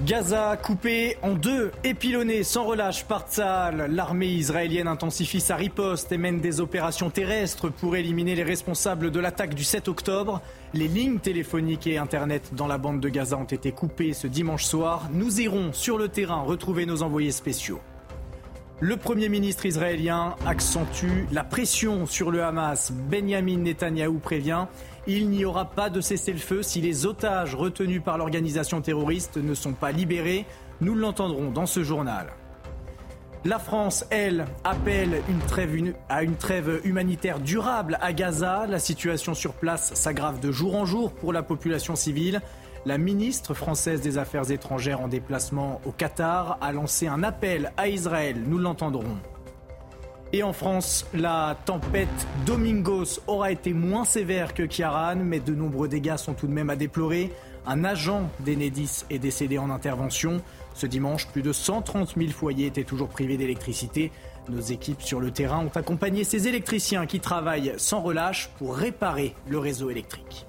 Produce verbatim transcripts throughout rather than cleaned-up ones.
Gaza coupé en deux et pilonné sans relâche par Tsahal. L'armée israélienne intensifie sa riposte et mène des opérations terrestres pour éliminer les responsables de l'attaque du sept octobre. Les lignes téléphoniques et Internet dans la bande de Gaza ont été coupées ce dimanche soir. Nous irons sur le terrain retrouver nos envoyés spéciaux. Le Premier ministre israélien accentue la pression sur le Hamas. Benyamin Netanyahou prévient « Il n'y aura pas de cessez-le-feu si les otages retenus par l'organisation terroriste ne sont pas libérés ». Nous l'entendrons dans ce journal. La France, elle, appelle une trêve, une, à une trêve humanitaire durable à Gaza. La situation sur place s'aggrave de jour en jour pour la population civile. La ministre française des Affaires étrangères en déplacement au Qatar a lancé un appel à Israël. Nous l'entendrons. Et en France, la tempête Domingos aura été moins sévère que Ciarán, mais de nombreux dégâts sont tout de même à déplorer. Un agent d'Enedis est décédé en intervention. Ce dimanche, plus de cent trente mille foyers étaient toujours privés d'électricité. Nos équipes sur le terrain ont accompagné ces électriciens qui travaillent sans relâche pour réparer le réseau électrique.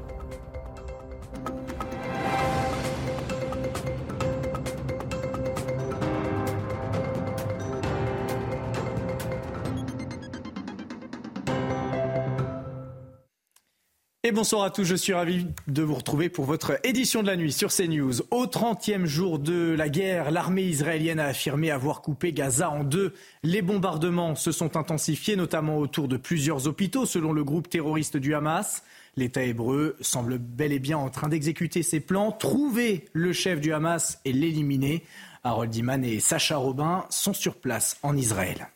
Et bonsoir à tous, je suis ravi de vous retrouver pour votre édition de la nuit sur CNews. Au trentième jour de la guerre, l'armée israélienne a affirmé avoir coupé Gaza en deux. Les bombardements se sont intensifiés, notamment autour de plusieurs hôpitaux, selon le groupe terroriste du Hamas. L'État hébreu semble bel et bien en train d'exécuter ses plans, trouver le chef du Hamas et l'éliminer. Harold Iman et Sacha Robin sont sur place en Israël.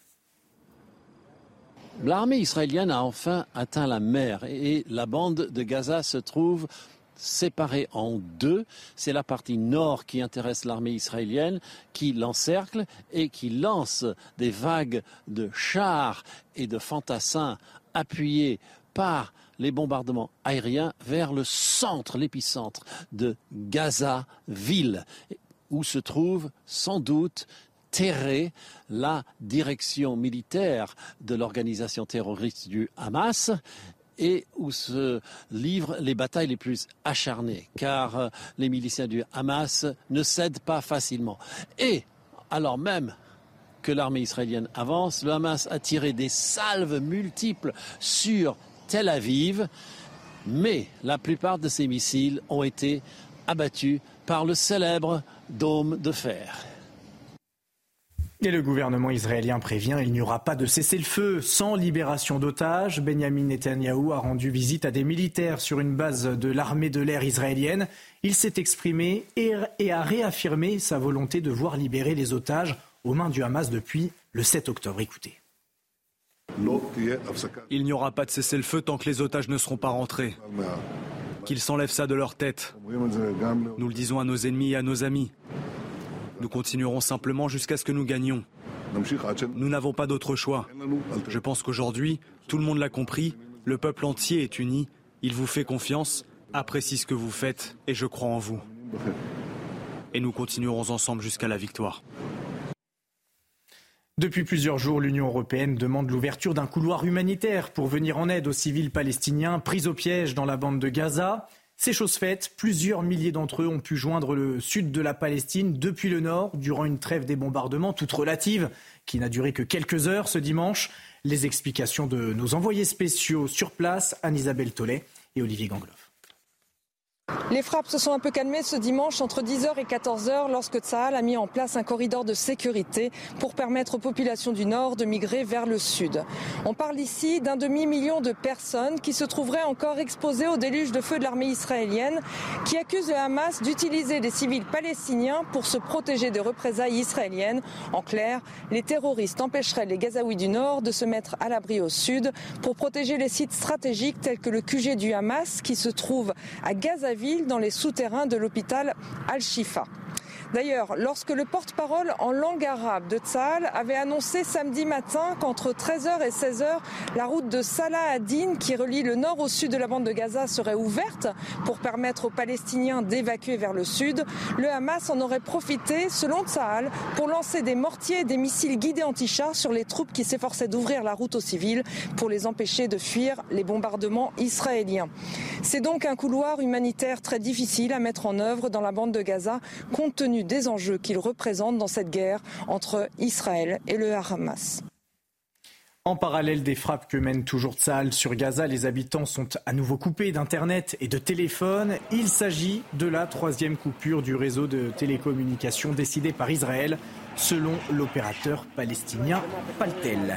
L'armée israélienne a enfin atteint la mer et la bande de Gaza se trouve séparée en deux. C'est la partie nord qui intéresse l'armée israélienne, qui l'encercle et qui lance des vagues de chars et de fantassins appuyés par les bombardements aériens vers le centre, l'épicentre de Gaza-ville, où se trouve sans doute terrer la direction militaire de l'organisation terroriste du Hamas et où se livrent les batailles les plus acharnées, car les miliciens du Hamas ne cèdent pas facilement. Et alors même que l'armée israélienne avance, le Hamas a tiré des salves multiples sur Tel Aviv, mais la plupart de ces missiles ont été abattus par le célèbre dôme de fer. Et le gouvernement israélien prévient qu'il n'y aura pas de cessez-le-feu sans libération d'otages. Benyamin Netanyahou a rendu visite à des militaires sur une base de l'armée de l'air israélienne. Il s'est exprimé et a réaffirmé sa volonté de voir libérer les otages aux mains du Hamas depuis le sept octobre. Écoutez. Il n'y aura pas de cessez-le-feu tant que les otages ne seront pas rentrés. Qu'ils s'enlèvent ça de leur tête. Nous le disons à nos ennemis et à nos amis. Nous continuerons simplement jusqu'à ce que nous gagnions. Nous n'avons pas d'autre choix. Je pense qu'aujourd'hui, tout le monde l'a compris, le peuple entier est uni, il vous fait confiance, apprécie ce que vous faites et je crois en vous. Et nous continuerons ensemble jusqu'à la victoire. Depuis plusieurs jours, l'Union européenne demande l'ouverture d'un couloir humanitaire pour venir en aide aux civils palestiniens pris au piège dans la bande de Gaza. C'est chose faite, plusieurs milliers d'entre eux ont pu joindre le sud de la Palestine depuis le nord durant une trêve des bombardements toute relative qui n'a duré que quelques heures ce dimanche. Les explications de nos envoyés spéciaux sur place, Anne-Isabelle Tollet et Olivier Gangloff. Les frappes se sont un peu calmées ce dimanche entre dix heures et quatorze heures lorsque Tsahal a mis en place un corridor de sécurité pour permettre aux populations du nord de migrer vers le sud. On parle ici d'un demi-million de personnes qui se trouveraient encore exposées au déluge de feu de l'armée israélienne qui accuse le Hamas d'utiliser des civils palestiniens pour se protéger des représailles israéliennes. En clair, les terroristes empêcheraient les Gazaouis du nord de se mettre à l'abri au sud pour protéger les sites stratégiques tels que le Q G du Hamas qui se trouve à Gazaville dans les souterrains de l'hôpital Al-Shifa. D'ailleurs, lorsque le porte-parole en langue arabe de Tsahal avait annoncé samedi matin qu'entre treize heures et seize heures, la route de Salah ad-Din qui relie le nord au sud de la bande de Gaza serait ouverte pour permettre aux Palestiniens d'évacuer vers le sud, le Hamas en aurait profité, selon Tsahal, pour lancer des mortiers et des missiles guidés anti-chars sur les troupes qui s'efforçaient d'ouvrir la route aux civils pour les empêcher de fuir les bombardements israéliens. C'est donc un couloir humanitaire très difficile à mettre en œuvre dans la bande de Gaza, compte tenu des enjeux qu'il représente dans cette guerre entre Israël et le Hamas. En parallèle des frappes que mène toujours Tsahal sur Gaza, les habitants sont à nouveau coupés d'Internet et de téléphone. Il s'agit de la troisième coupure du réseau de télécommunications décidée par Israël, selon l'opérateur palestinien Paltel.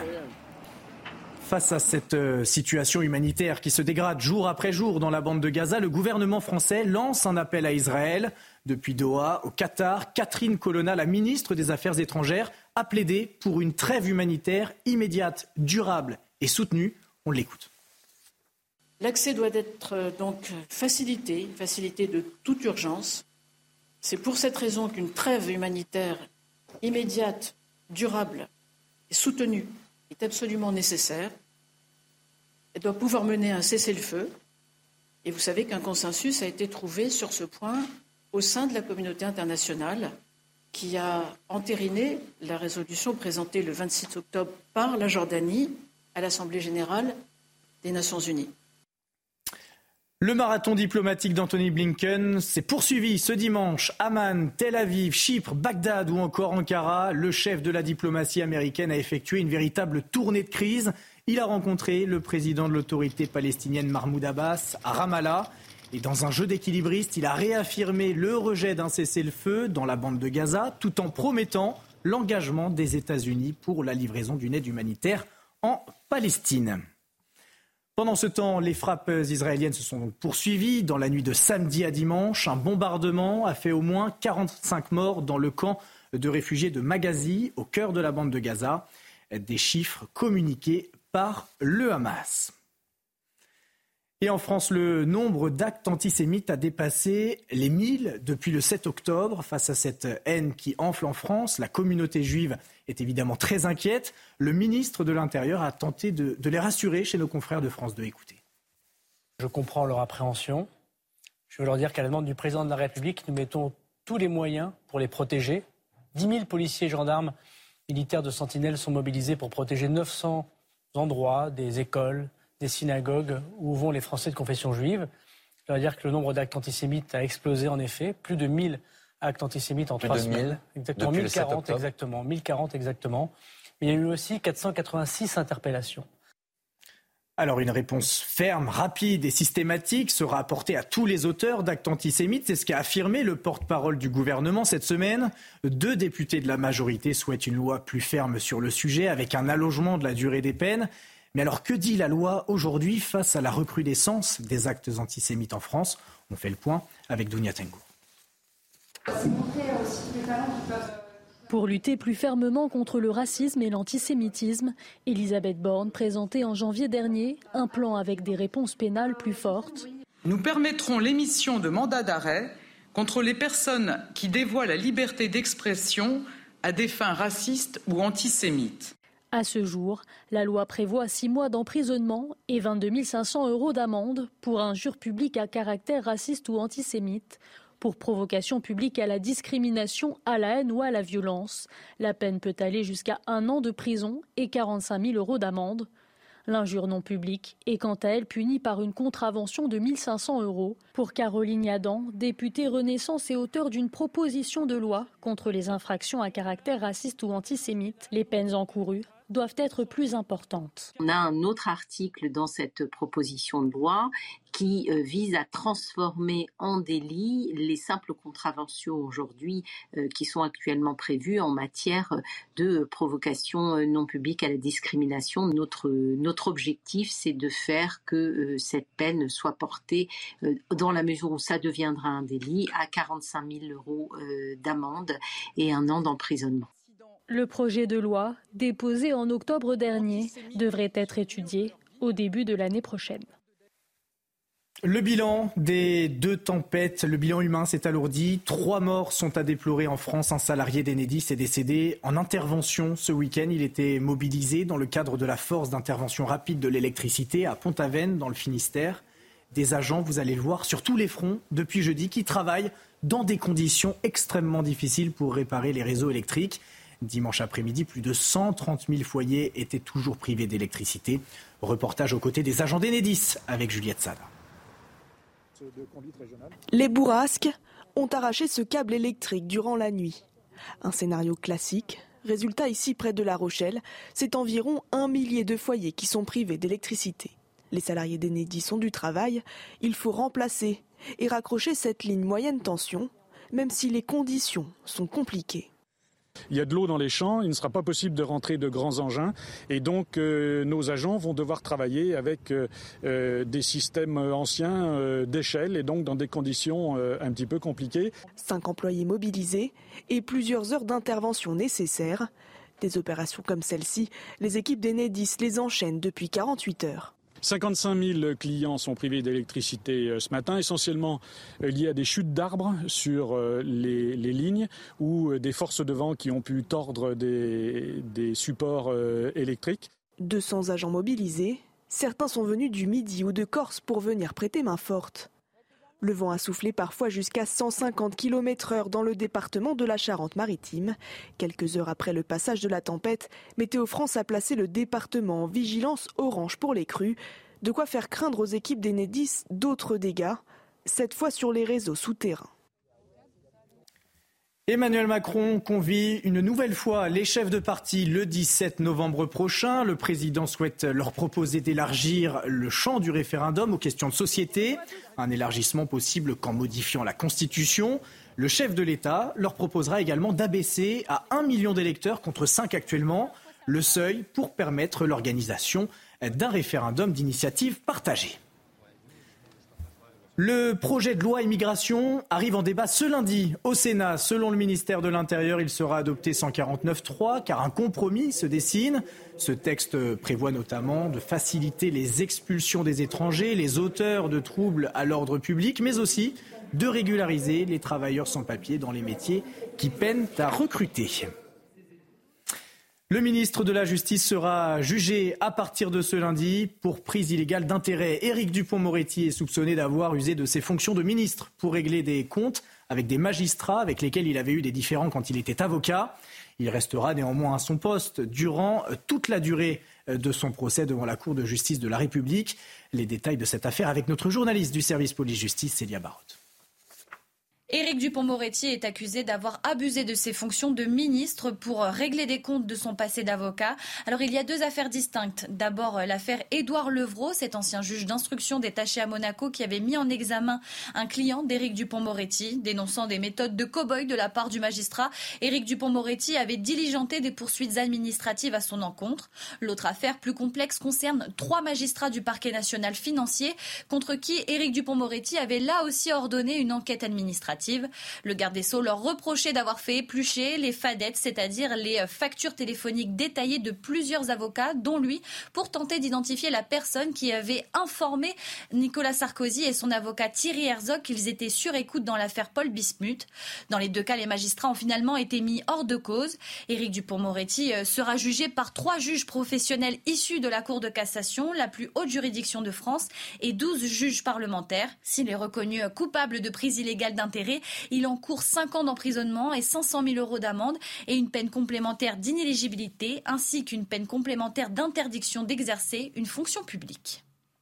Face à cette situation humanitaire qui se dégrade jour après jour dans la bande de Gaza, le gouvernement français lance un appel à Israël. Depuis Doha, au Qatar, Catherine Colonna, la ministre des Affaires étrangères, a plaidé pour une trêve humanitaire immédiate, durable et soutenue. On l'écoute. L'accès doit être donc facilité, facilité de toute urgence. C'est pour cette raison qu'une trêve humanitaire immédiate, durable et soutenue est absolument nécessaire. Elle doit pouvoir mener à un cessez-le-feu. Et vous savez qu'un consensus a été trouvé sur ce point au sein de la communauté internationale qui a entériné la résolution présentée le vingt-six octobre par la Jordanie à l'Assemblée générale des Nations unies. Le marathon diplomatique d'Antony Blinken s'est poursuivi ce dimanche. Amman, Tel Aviv, Chypre, Bagdad ou encore Ankara. Le chef de la diplomatie américaine a effectué une véritable tournée de crise. Il a rencontré le président de l'autorité palestinienne Mahmoud Abbas à Ramallah. Et dans un jeu d'équilibriste, il a réaffirmé le rejet d'un cessez-le-feu dans la bande de Gaza, tout en promettant l'engagement des États-Unis pour la livraison d'une aide humanitaire en Palestine. Pendant ce temps, les frappes israéliennes se sont donc poursuivies. Dans la nuit de samedi à dimanche, un bombardement a fait au moins quarante-cinq morts dans le camp de réfugiés de Maghazi, au cœur de la bande de Gaza. Des chiffres communiqués par le Hamas. Et en France, le nombre d'actes antisémites a dépassé les mille depuis le sept octobre. Face à cette haine qui enfle en France, la communauté juive est évidemment très inquiète. Le ministre de l'Intérieur a tenté de, de les rassurer chez nos confrères de France deux. Écoutez. Je comprends leur appréhension. Je veux leur dire qu'à la demande du président de la République, nous mettons tous les moyens pour les protéger. dix mille policiers et gendarmes militaires de Sentinelle sont mobilisés pour protéger neuf cents endroits, des écoles, des synagogues où vont les Français de confession juive. Je dois dire que le nombre d'actes antisémites a explosé en effet, plus de mille actes antisémites en trois semaines. Exactement, mille quarante exactement, mille quarante exactement. Mais il y a eu aussi quatre cent quatre-vingt-six interpellations. Alors une réponse ferme, rapide et systématique sera apportée à tous les auteurs d'actes antisémites. C'est ce qu'a affirmé le porte-parole du gouvernement cette semaine. Deux députés de la majorité souhaitent une loi plus ferme sur le sujet avec un allongement de la durée des peines. Mais alors, que dit la loi aujourd'hui face à la recrudescence des actes antisémites en France ? On fait le point avec Dounia Tengour. Pour lutter plus fermement contre le racisme et l'antisémitisme, Elisabeth Borne présentait en janvier dernier un plan avec des réponses pénales plus fortes. Nous permettrons l'émission de mandats d'arrêt contre les personnes qui dévoient la liberté d'expression à des fins racistes ou antisémites. À ce jour, la loi prévoit six mois d'emprisonnement et vingt-deux mille cinq cents euros d'amende pour injure publique à caractère raciste ou antisémite, pour provocation publique à la discrimination, à la haine ou à la violence. La peine peut aller jusqu'à un an de prison et quarante-cinq mille euros d'amende. L'injure non publique est quant à elle punie par une contravention de mille cinq cents euros. Pour Caroline Yadan, députée Renaissance et auteure d'une proposition de loi contre les infractions à caractère raciste ou antisémite, les peines encourues doivent être plus importantes. On a un autre article dans cette proposition de loi qui euh, vise à transformer en délit les simples contraventions aujourd'hui euh, qui sont actuellement prévues en matière de provocation euh, non publique à la discrimination. Notre, euh, notre objectif, c'est de faire que euh, cette peine soit portée, euh, dans la mesure où ça deviendra un délit, à quarante-cinq mille euros euh, d'amende et un an d'emprisonnement. Le projet de loi, déposé en octobre dernier, devrait être étudié au début de l'année prochaine. Le bilan des deux tempêtes, le bilan humain s'est alourdi. Trois morts sont à déplorer en France. Un salarié d'Enedis est décédé en intervention ce week-end. Il était mobilisé dans le cadre de la force d'intervention rapide de l'électricité à Pont-Aven, dans le Finistère. Des agents, vous allez le voir, sur tous les fronts depuis jeudi, qui travaillent dans des conditions extrêmement difficiles pour réparer les réseaux électriques. Dimanche après-midi, plus de cent trente mille foyers étaient toujours privés d'électricité. Reportage aux côtés des agents d'Enedis avec Juliette Sada. Les bourrasques ont arraché ce câble électrique durant la nuit. Un scénario classique. Résultat, ici près de La Rochelle, c'est environ un millier de foyers qui sont privés d'électricité. Les salariés d'Enedis ont du travail. Il faut remplacer et raccrocher cette ligne moyenne tension, même si les conditions sont compliquées. Il y a de l'eau dans les champs, il ne sera pas possible de rentrer de grands engins et donc euh, nos agents vont devoir travailler avec euh, euh, des systèmes anciens euh, d'échelle et donc dans des conditions euh, un petit peu compliquées. Cinq employés mobilisés et plusieurs heures d'intervention nécessaires. Des opérations comme celle-ci, les équipes d'Enedis les enchaînent depuis quarante-huit heures. cinquante-cinq mille clients sont privés d'électricité ce matin, essentiellement liés à des chutes d'arbres sur les, les lignes ou des forces de vent qui ont pu tordre des, des supports électriques. deux cents agents mobilisés, certains sont venus du Midi ou de Corse pour venir prêter main forte. Le vent a soufflé parfois jusqu'à cent cinquante kilomètres heure dans le département de la Charente-Maritime. Quelques heures après le passage de la tempête, Météo France a placé le département en vigilance orange pour les crues. De quoi faire craindre aux équipes d'Enedis d'autres dégâts, cette fois sur les réseaux souterrains. Emmanuel Macron convie une nouvelle fois les chefs de parti le dix-sept novembre prochain. Le président souhaite leur proposer d'élargir le champ du référendum aux questions de société. Un élargissement possible qu'en modifiant la Constitution. Le chef de l'État leur proposera également d'abaisser à un million d'électeurs contre cinq actuellement le seuil pour permettre l'organisation d'un référendum d'initiative partagée. Le projet de loi immigration arrive en débat ce lundi au Sénat. Selon le ministère de l'Intérieur, il sera adopté sans quarante-neuf trois car un compromis se dessine. Ce texte prévoit notamment de faciliter les expulsions des étrangers, les auteurs de troubles à l'ordre public, mais aussi de régulariser les travailleurs sans papier dans les métiers qui peinent à recruter. Le ministre de la Justice sera jugé à partir de ce lundi pour prise illégale d'intérêt. Éric Dupond-Moretti est soupçonné d'avoir usé de ses fonctions de ministre pour régler des comptes avec des magistrats avec lesquels il avait eu des différends quand il était avocat. Il restera néanmoins à son poste durant toute la durée de son procès devant la Cour de justice de la République. Les détails de cette affaire avec notre journaliste du service police-justice, Célia Barotte. Éric Dupond-Moretti est accusé d'avoir abusé de ses fonctions de ministre pour régler des comptes de son passé d'avocat. Alors il y a deux affaires distinctes. D'abord l'affaire Édouard Levrault, cet ancien juge d'instruction détaché à Monaco qui avait mis en examen un client d'Éric Dupond-Moretti, dénonçant des méthodes de cow-boy de la part du magistrat. Éric Dupond-Moretti avait diligenté des poursuites administratives à son encontre. L'autre affaire plus complexe concerne trois magistrats du parquet national financier contre qui Éric Dupond-Moretti avait là aussi ordonné une enquête administrative. Le garde des Sceaux leur reprochait d'avoir fait éplucher les fadettes, c'est-à-dire les factures téléphoniques détaillées de plusieurs avocats, dont lui, pour tenter d'identifier la personne qui avait informé Nicolas Sarkozy et son avocat Thierry Herzog qu'ils étaient sur écoute dans l'affaire Paul Bismuth. Dans les deux cas, les magistrats ont finalement été mis hors de cause. Éric Dupond-Moretti sera jugé par trois juges professionnels issus de la Cour de cassation, la plus haute juridiction de France, et douze juges parlementaires. S'il est reconnu coupable de prise illégale d'intérêt, il encourt cinq ans d'emprisonnement et cinq cent mille euros d'amende et une peine complémentaire d'inéligibilité ainsi qu'une peine complémentaire d'interdiction d'exercer une fonction publique.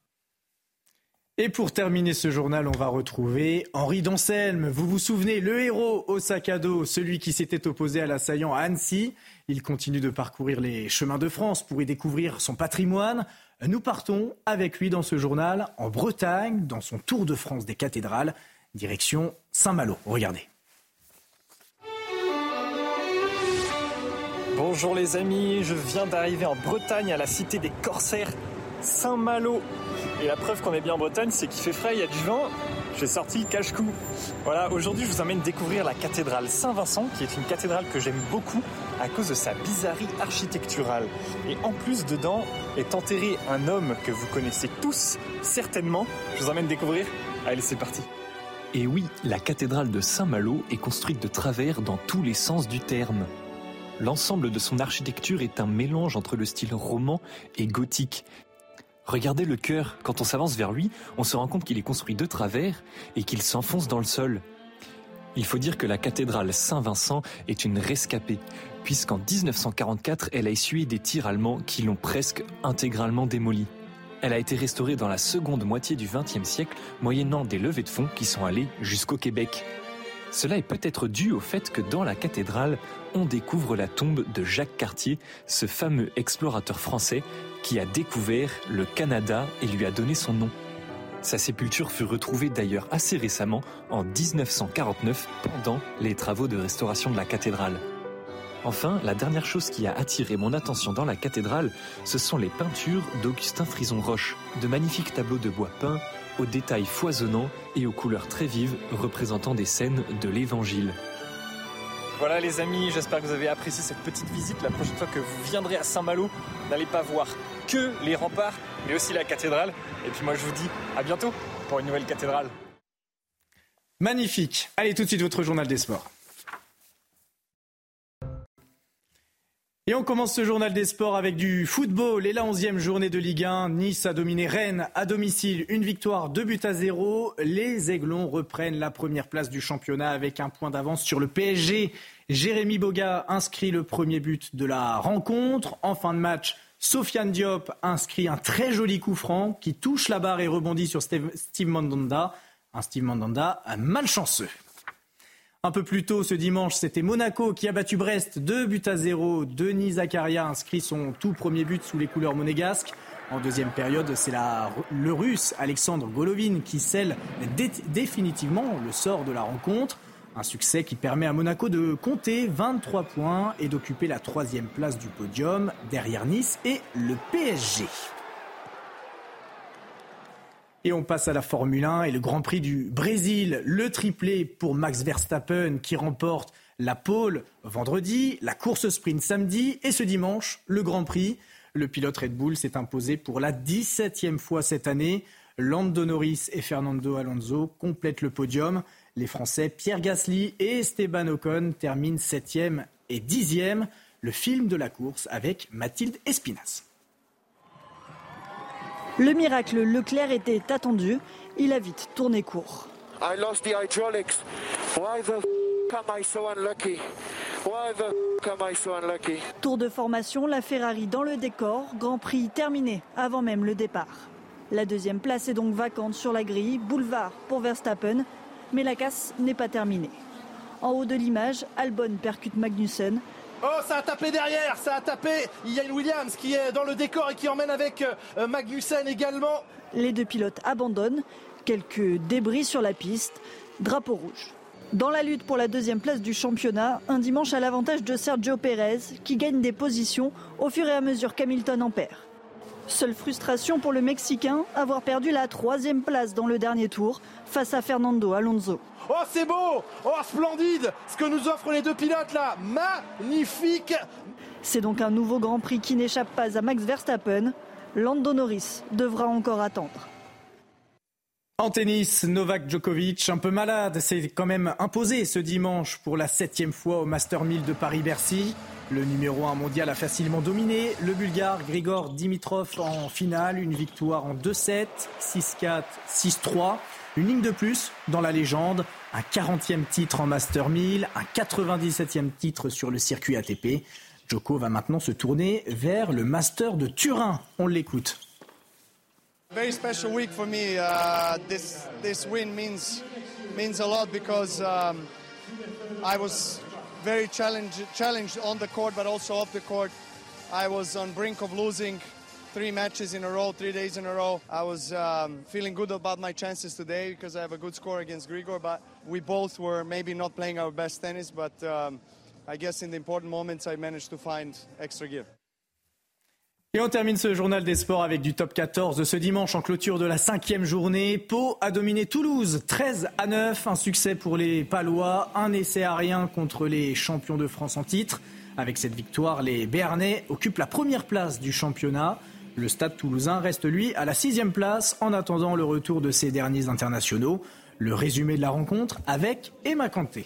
Et pour terminer ce journal, on va retrouver Henri d'Anselme. Vous vous souvenez, le héros au sac à dos, celui qui s'était opposé à l'assaillant à Annecy. Il continue de parcourir les chemins de France pour y découvrir son patrimoine. Nous partons avec lui dans ce journal en Bretagne, dans son tour de France des cathédrales. Direction Saint-Malo. Regardez. Bonjour les amis, je viens d'arriver en Bretagne à la cité des Corsaires, Saint-Malo. Et la preuve qu'on est bien en Bretagne, c'est qu'il fait frais, il y a du vent j'ai sorti le cache-cou. Voilà, aujourd'hui je vous emmène découvrir la cathédrale Saint-Vincent, qui est une cathédrale que j'aime beaucoup à cause de sa bizarrerie architecturale. Et en plus, dedans est enterré un homme que vous connaissez tous, certainement. Je vous emmène découvrir. Allez, c'est parti. Et oui, la cathédrale de Saint-Malo est construite de travers dans tous les sens du terme. L'ensemble de son architecture est un mélange entre le style roman et gothique. Regardez le chœur, quand on s'avance vers lui, on se rend compte qu'il est construit de travers et qu'il s'enfonce dans le sol. Il faut dire que la cathédrale Saint-Vincent est une rescapée, puisqu'en dix-neuf cent quarante-quatre, elle a essuyé des tirs allemands qui l'ont presque intégralement démolie. Elle a été restaurée dans la seconde moitié du vingtième siècle, moyennant des levées de fonds qui sont allées jusqu'au Québec. Cela est peut-être dû au fait que dans la cathédrale, on découvre la tombe de Jacques Cartier, ce fameux explorateur français qui a découvert le Canada et lui a donné son nom. Sa sépulture fut retrouvée d'ailleurs assez récemment, en dix-neuf cent quarante-neuf, pendant les travaux de restauration de la cathédrale. Enfin, la dernière chose qui a attiré mon attention dans la cathédrale, ce sont les peintures d'Augustin Frison-Roche, de magnifiques tableaux de bois peints, aux détails foisonnants et aux couleurs très vives représentant des scènes de l'Évangile. Voilà les amis, j'espère que vous avez apprécié cette petite visite. La prochaine fois que vous viendrez à Saint-Malo, n'allez pas voir que les remparts, mais aussi la cathédrale. Et puis moi je vous dis à bientôt pour une nouvelle cathédrale. Magnifique. Allez, tout de suite votre journal des sports. Et on commence ce journal des sports avec du football et la onzième journée de Ligue un. Nice a dominé Rennes à domicile, une victoire, deux buts à zéro. Les Aiglons reprennent la première place du championnat avec un point d'avance sur le P S G. Jérémy Boga inscrit le premier but de la rencontre. En fin de match, Sofiane Diop inscrit un très joli coup franc qui touche la barre et rebondit sur Steve Mandanda. Un Steve Mandanda malchanceux. Un peu plus tôt ce dimanche, c'était Monaco qui a battu Brest deux buts à zéro. Denis Zakaria inscrit son tout premier but sous les couleurs monégasques. En deuxième période, c'est la, le Russe Alexandre Golovin qui scelle dé- définitivement le sort de la rencontre. Un succès qui permet à Monaco de compter vingt-trois points et d'occuper la troisième place du podium derrière Nice et le P S G. Et on passe à la Formule un et le Grand Prix du Brésil. Le triplé pour Max Verstappen qui remporte la pole vendredi, la course sprint samedi et ce dimanche, le Grand Prix. Le pilote Red Bull s'est imposé pour la dix-septième fois cette année. Lando Norris et Fernando Alonso complètent le podium. Les Français Pierre Gasly et Esteban Ocon terminent septième et dixième. Le film de la course avec Mathilde Espinasse. Le miracle Leclerc était attendu, il a vite tourné court. I lost the hydraulics. Why the f- am I so unlucky? Why the f- am I so unlucky? Tour de formation, la Ferrari dans le décor, Grand Prix terminé avant même le départ. La deuxième place est donc vacante sur la grille, boulevard pour Verstappen, mais la casse n'est pas terminée. En haut de l'image, Albon percute Magnussen. Oh, ça a tapé derrière, ça a tapé. Il y a une Williams qui est dans le décor et qui emmène avec euh, Magnussen également. Les deux pilotes abandonnent. Quelques débris sur la piste. Drapeau rouge. Dans la lutte pour la deuxième place du championnat, un dimanche à l'avantage de Sergio Pérez qui gagne des positions au fur et à mesure qu'Hamilton en perd. Seule frustration pour le Mexicain, avoir perdu la troisième place dans le dernier tour face à Fernando Alonso. Oh, c'est beau! Oh, splendide! Ce que nous offrent les deux pilotes là, magnifique! C'est donc un nouveau Grand Prix qui n'échappe pas à Max Verstappen. Lando Norris devra encore attendre. En tennis, Novak Djokovic, un peu malade, s'est quand même imposé ce dimanche pour la septième fois au Master mille de Paris-Bercy. Le numéro un mondial a facilement dominé le Bulgare Grigor Dimitrov en finale. Une victoire en deux sept, six quatre, six trois. Une ligne de plus dans la légende, un quarantième titre en Master mille, un quatre-vingt-dix-septième titre sur le circuit A T P. Djoko va maintenant se tourner vers le Master de Turin. On l'écoute. Very special week for me. Uh, this this win means means a lot because um, I was very challenged challenged on the court, but also off the court. I was on brink of losing three matches in a row, three days in a row. I was um, feeling good about my chances today because I have a good score against Grigor, but we both were maybe not playing our best tennis, but um, I guess in the important moments I managed to find extra gear. Et on termine ce journal des sports avec du top quatorze de ce dimanche en clôture de la cinquième journée. Pau a dominé Toulouse treize à neuf, un succès pour les Palois, un essai à rien contre les champions de France en titre. Avec cette victoire, les Béarnais occupent la première place du championnat. Le Stade toulousain reste lui à la sixième place en attendant le retour de ses derniers internationaux. Le résumé de la rencontre avec Emma Kanté.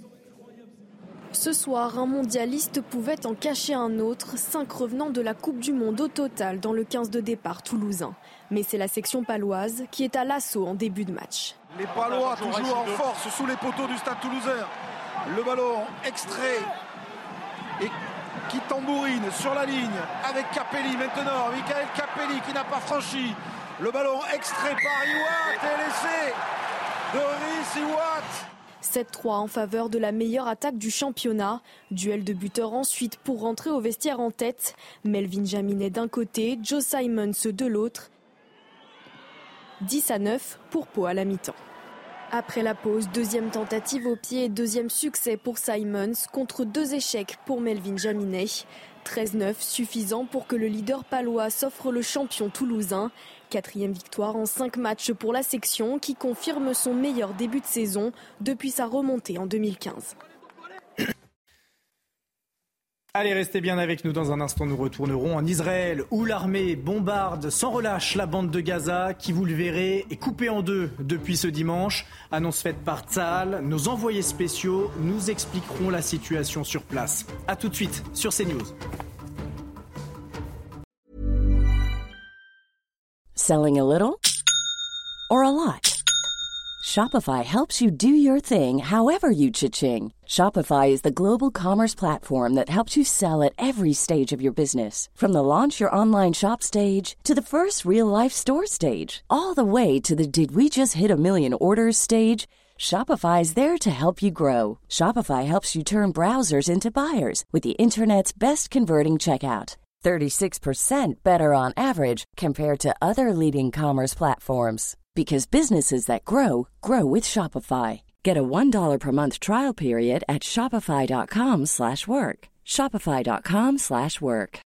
Ce soir, un mondialiste pouvait en cacher un autre, cinq revenants de la Coupe du Monde au total dans le quinze de départ toulousain. Mais c'est la section paloise qui est à l'assaut en début de match. Les Palois toujours en force sous les poteaux du Stade toulousain. Le ballon extrait et qui tambourine sur la ligne avec Capelli maintenant. Michael Capelli qui n'a pas franchi. Le ballon extrait par Iwat et l'essai de Rhys Iwat. sept trois en faveur de la meilleure attaque du championnat. Duel de buteurs ensuite pour rentrer au vestiaire en tête. Melvin Jaminet d'un côté, Joe Simons de l'autre. dix à neuf pour Pau à la mi-temps. Après la pause, deuxième tentative au pied et deuxième succès pour Simons contre deux échecs pour Melvin Jaminet. treize neuf suffisant pour que le leader palois s'offre le champion toulousain. Quatrième victoire en cinq matchs pour la section qui confirme son meilleur début de saison depuis sa remontée en deux mille quinze. Allez, restez bien avec nous. Dans un instant, nous retournerons en Israël où l'armée bombarde sans relâche la bande de Gaza qui, vous le verrez, est coupée en deux depuis ce dimanche. Annonce faite par Tsahal. Nos envoyés spéciaux nous expliqueront la situation sur place. A tout de suite sur CNews. Selling a little or a lot? Shopify helps you do your thing however you cha-ching. Shopify is the global commerce platform that helps you sell at every stage of your business. From the launch your online shop stage to the first real-life store stage, all the way to the did we just hit a million orders stage. Shopify is there to help you grow. Shopify helps you turn browsers into buyers with the internet's best converting checkout. thirty-six percent better on average compared to other leading commerce platforms. Because businesses that grow, grow with Shopify. Get a one dollar per month trial period at shopify.com slash work. Shopify.com slash work.